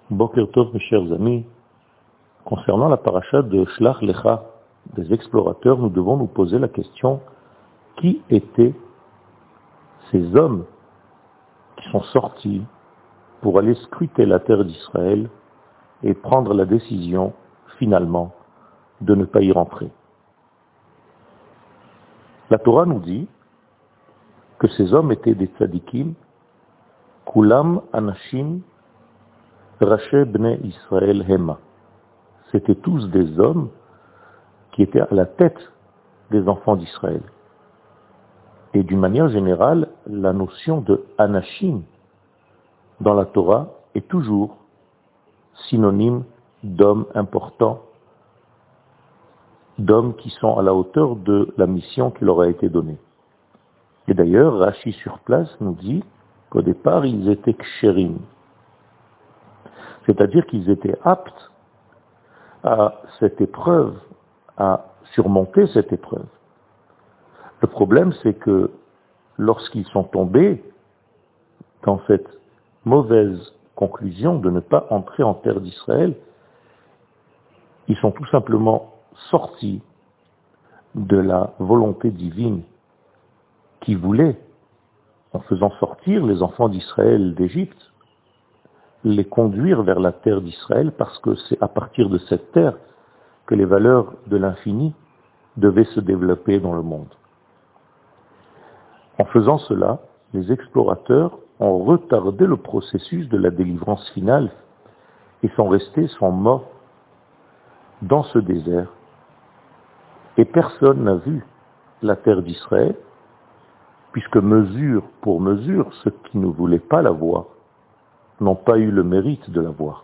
Boker Tov, mes chers amis, concernant la paracha de Shlach Lecha, des explorateurs, nous devons nous poser la question, qui étaient ces hommes qui sont sortis pour aller scruter la terre d'Israël et prendre la décision, finalement, de ne pas y rentrer? La Torah nous dit que ces hommes étaient des tzadikim, Kulam Anashim Raché Bnei Israël Hema. C'étaient tous des hommes qui étaient à la tête des enfants d'Israël. Et d'une manière générale, la notion de Anashim dans la Torah est toujours synonyme d'hommes importants, d'hommes qui sont à la hauteur de la mission qui leur a été donnée. Et d'ailleurs, Rashi sur place nous dit qu'au départ, ils étaient kshérim, c'est-à-dire qu'ils étaient aptes à cette épreuve, à surmonter cette épreuve. Le problème, c'est que lorsqu'ils sont tombés dans cette mauvaise conclusion de ne pas entrer en terre d'Israël, ils sont tout simplement sortis de la volonté divine qui voulait, en faisant sortir les enfants d'Israël d'Égypte, les conduire vers la terre d'Israël, parce que c'est à partir de cette terre que les valeurs de l'infini devaient se développer dans le monde. En faisant cela, les explorateurs ont retardé le processus de la délivrance finale et sont morts dans ce désert. Et personne n'a vu la terre d'Israël, puisque mesure pour mesure, ceux qui ne voulaient pas la voir n'ont pas eu le mérite de la voir.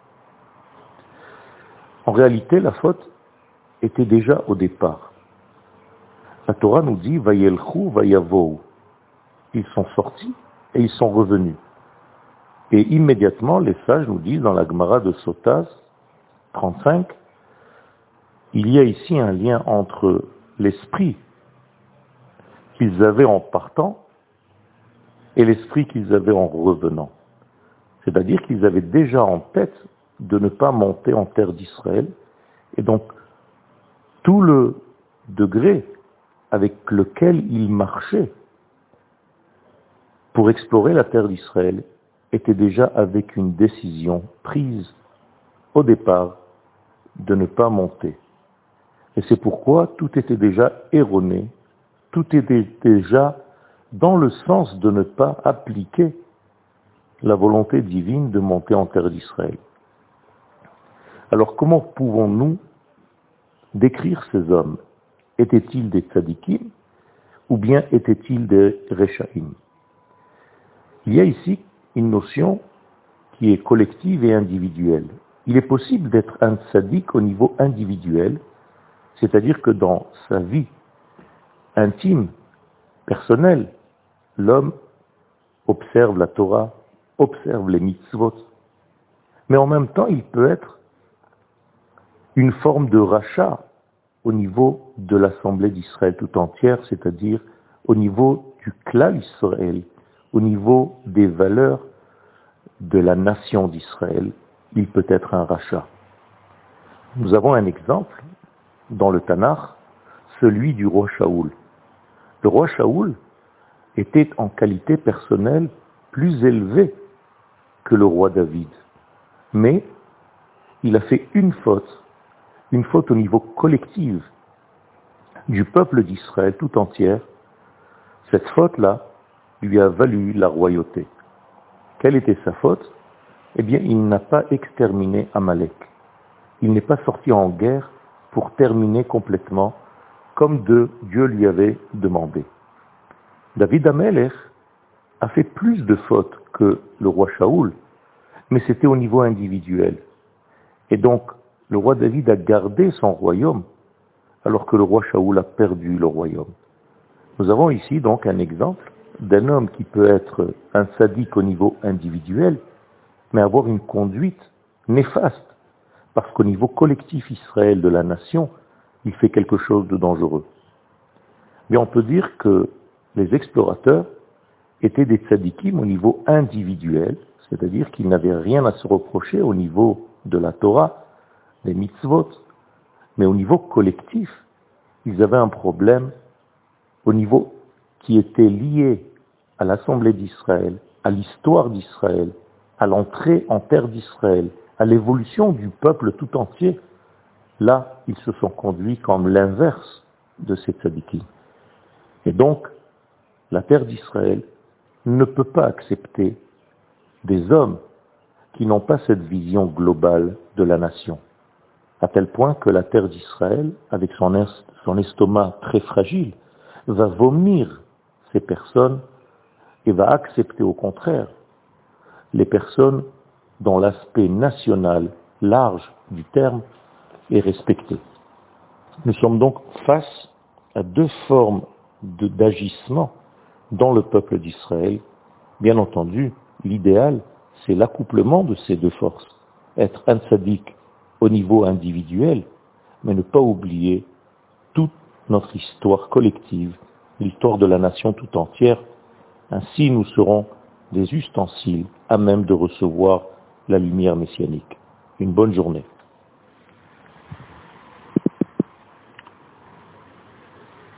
En réalité, la faute était déjà au départ. La Torah nous dit « Vayelchu vayavou ». Ils sont sortis et ils sont revenus. Et immédiatement, les sages nous disent dans la Gemara de Sotaz 35, il y a ici un lien entre l'esprit qu'ils avaient en partant et l'esprit qu'ils avaient en revenant. C'est-à-dire qu'ils avaient déjà en tête de ne pas monter en terre d'Israël, et donc tout le degré avec lequel ils marchaient pour explorer la terre d'Israël était déjà avec une décision prise au départ de ne pas monter. Et c'est pourquoi tout était déjà erroné, tout était déjà dans le sens de ne pas appliquer la volonté divine de monter en terre d'Israël. Alors comment pouvons-nous décrire ces hommes? Étaient-ils des tzadikim ou bien étaient-ils des rechaïm? Il y a ici une notion qui est collective et individuelle. Il est possible d'être un tzadik au niveau individuel, c'est-à-dire que dans sa vie intime, personnelle, l'homme observe la Torah, observe les mitzvot, mais en même temps, il peut être une forme de rachat au niveau de l'Assemblée d'Israël tout entière, c'est-à-dire au niveau du klal Israël, au niveau des valeurs de la nation d'Israël, il peut être un rachat. Nous avons un exemple dans le Tanakh, celui du roi Shaoul. Le roi Shaoul était en qualité personnelle plus élevé que le roi David. Mais il a fait une faute au niveau collectif du peuple d'Israël tout entière. Cette faute-là lui a valu la royauté. Quelle était sa faute? Eh bien, il n'a pas exterminé Amalek. Il n'est pas sorti en guerre pour terminer complètement comme Dieu lui avait demandé. David Amelech a fait plus de fautes que le roi Shaoul, mais c'était au niveau individuel. Et donc, le roi David a gardé son royaume, alors que le roi Shaoul a perdu le royaume. Nous avons ici donc un exemple d'un homme qui peut être un sadique au niveau individuel, mais avoir une conduite néfaste, parce qu'au niveau collectif Israël de la nation, il fait quelque chose de dangereux. Mais on peut dire que les explorateurs étaient des tzadikim au niveau individuel, c'est-à-dire qu'ils n'avaient rien à se reprocher au niveau de la Torah, des mitzvot, mais au niveau collectif, ils avaient un problème au niveau qui était lié à l'Assemblée d'Israël, à l'histoire d'Israël, à l'entrée en terre d'Israël, à l'évolution du peuple tout entier. Là, ils se sont conduits comme l'inverse de ces tzadikim. Et donc, la terre d'Israël ne peut pas accepter des hommes qui n'ont pas cette vision globale de la nation. À tel point que la terre d'Israël, avec son estomac très fragile, va vomir ces personnes et va accepter au contraire les personnes dont l'aspect national large du terme est respecté. Nous sommes donc face à deux formes d'agissement dans le peuple d'Israël. Bien entendu, l'idéal, c'est l'accouplement de ces deux forces. Être un tzaddik au niveau individuel, mais ne pas oublier toute notre histoire collective, l'histoire de la nation tout entière. Ainsi, nous serons des ustensiles à même de recevoir la lumière messianique. Une bonne journée.